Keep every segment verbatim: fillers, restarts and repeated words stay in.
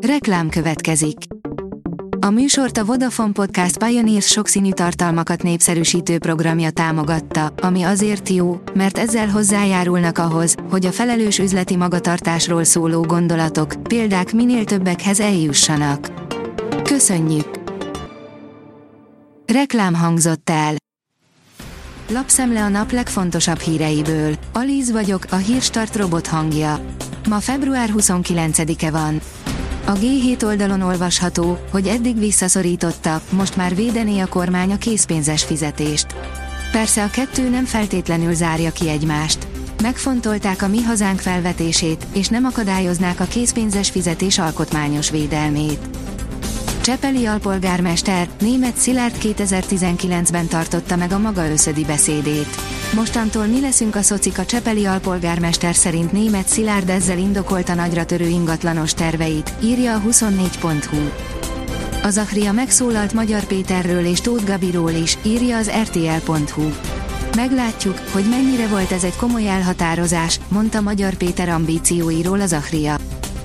Reklám következik. A műsort a Vodafone Podcast Pioneers sokszínű tartalmakat népszerűsítő programja támogatta, ami azért jó, mert ezzel hozzájárulnak ahhoz, hogy a felelős üzleti magatartásról szóló gondolatok, példák minél többekhez eljussanak. Köszönjük! Reklám hangzott el. Lapszemle a nap legfontosabb híreiből. Alíz vagyok, a Hírstart robot hangja. Ma február huszonkilencedike van. A gé hét oldalon olvasható, hogy eddig visszaszorította, most már védené a kormány a készpénzes fizetést. Persze a kettő nem feltétlenül zárja ki egymást. Megfontolták a Mi Hazánk felvetését, és nem akadályoznák a készpénzes fizetés alkotmányos védelmét. Csepeli alpolgármester, Németh Szilárd kétezer-tizenkilencben tartotta meg a maga őszödi beszédét. Mostantól mi leszünk a szocik, a csepeli alpolgármester szerint Németh Szilárd ezzel indokolta nagyra törő ingatlanos terveit, írja a huszonnégy pont hu. A Zahria megszólalt Magyar Péterről és Tóth Gabiról is, írja az er té el pont hu. Meglátjuk, hogy mennyire volt ez egy komoly elhatározás, mondta Magyar Péter ambícióiról a Zahria.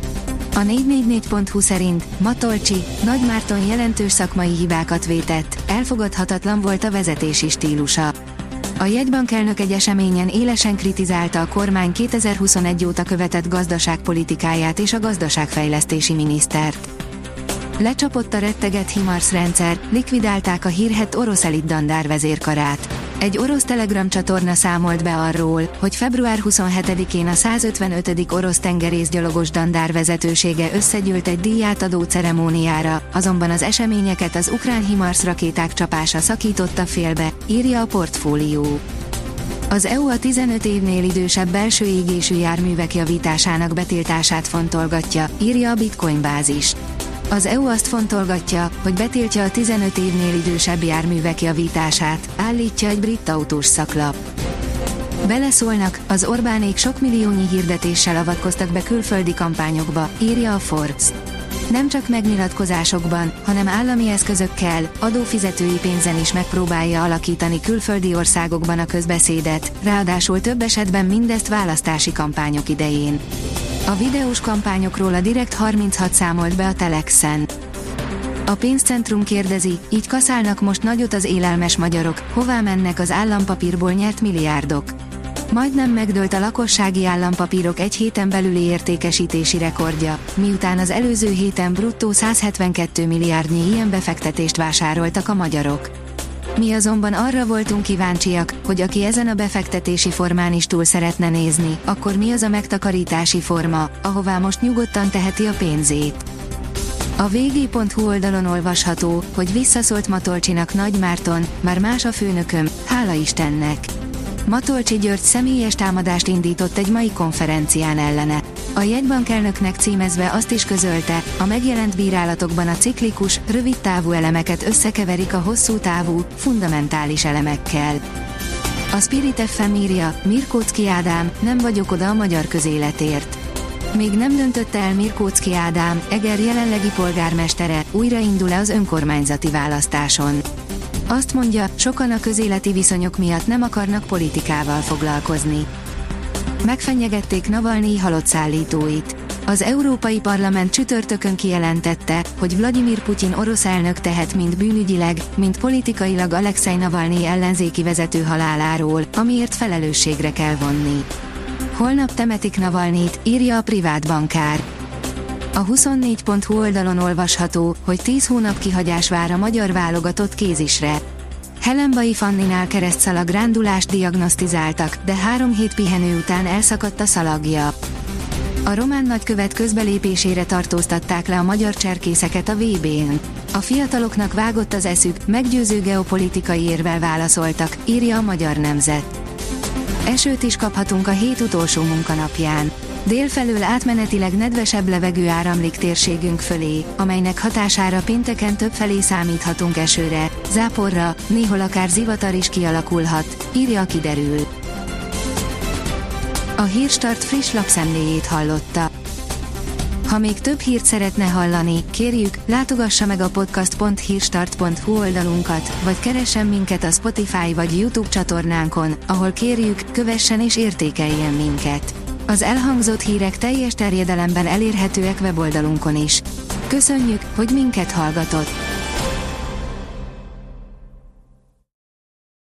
A négy négy négy pont hu szerint Matolcsi, Nagy Márton jelentős szakmai hibákat vétett, elfogadhatatlan volt a vezetési stílusa. A jegybankelnök egy eseményen élesen kritizálta a kormány kétezer-huszonegy óta követett gazdaságpolitikáját és a gazdaságfejlesztési minisztert. Lecsapott a rettegett HIMARS rendszer, likvidálták a hírhedt orosz elit dandár vezérkarát. Egy orosz Telegram csatorna számolt be arról, hogy február huszonhetedikén a százötvenötödik orosz tengerészgyalogos dandár vezetősége összegyűlt egy díjátadó ceremóniára, azonban az eseményeket az ukrán HIMARS rakéták csapása szakította félbe, írja a Portfólió. Az é u a tizenöt évnél idősebb belső égésű járművek javításának betiltását fontolgatja, írja a Bitcoin bázis. Az é u azt fontolgatja, hogy betiltja a tizenöt évnél idősebb járművek javítását, állítja egy brit autós szaklap. Beleszólnak, az Orbánék sok milliónyi hirdetéssel avatkoztak be külföldi kampányokba, írja a Forbes. Nem csak megnyilatkozásokban, hanem állami eszközökkel, adófizetői pénzen is megpróbálja alakítani külföldi országokban a közbeszédet, ráadásul több esetben mindezt választási kampányok idején. A videós kampányokról a Direkt harminchat számolt be a Telexen. A pénzcentrum kérdezi, így kaszálnak most nagyot az élelmes magyarok, hová mennek az állampapírból nyert milliárdok. Majdnem megdőlt a lakossági állampapírok egy héten belüli értékesítési rekordja, miután az előző héten bruttó százhetvenkettő milliárdnyi ilyen befektetést vásároltak a magyarok. Mi azonban arra voltunk kíváncsiak, hogy aki ezen a befektetési formán is túl szeretne nézni, akkor mi az a megtakarítási forma, ahová most nyugodtan teheti a pénzét. A vg pont hu oldalon olvasható, hogy visszaszólt Matolcsinak Nagy Márton, már más a főnököm, hála Istennek. Matolcsi György személyes támadást indított egy mai konferencián ellene. A jegybankelnöknek címezve azt is közölte, a megjelent bírálatokban a ciklikus, rövidtávú elemeket összekeverik a hosszú távú, fundamentális elemekkel. A Spirit ef em írja, Mirkóczky Ádám, nem vagyok oda a magyar közéletért. Még nem döntötte el Mirkóczky Ádám, Eger jelenlegi polgármestere, újraindul-e az önkormányzati választáson. Azt mondja, sokan a közéleti viszonyok miatt nem akarnak politikával foglalkozni. Megfenyegették Navalnyi halott szállítóit. Az Európai Parlament csütörtökön kijelentette, hogy Vladimir Putyin orosz elnök tehet mind bűnügyileg, mind politikailag Alexei Navalnyi ellenzéki vezető haláláról, amiért felelősségre kell vonni. Holnap temetik Navalnyit, írja a privát bankár. A huszonnégy pont hu oldalon olvasható, hogy tíz hónap kihagyás vár a magyar válogatott kézisre. Helenbai Fanninál keresztszalag rándulást diagnosztizáltak, de három hét pihenő után elszakadt a szalagja. A román nagykövet közbelépésére tartóztatták le a magyar cserkészeket a vé bén. A fiataloknak vágott az eszük, meggyőző geopolitikai érvel válaszoltak, írja a Magyar Nemzet. Esőt is kaphatunk a hét utolsó munkanapján. Délfelől átmenetileg nedvesebb levegő áramlik térségünk fölé, amelynek hatására pénteken többfelé számíthatunk esőre, záporra, néhol akár zivatar is kialakulhat, írja a Kiderül. A Hírstart friss lapszemléjét hallotta. Ha még több hírt szeretne hallani, kérjük, látogassa meg a podcast pont hírstart pont hu oldalunkat, vagy keressen minket a Spotify vagy YouTube csatornánkon, ahol kérjük, kövessen és értékeljen minket. Az elhangzott hírek teljes terjedelemben elérhetőek weboldalunkon is. Köszönjük, hogy minket hallgatott!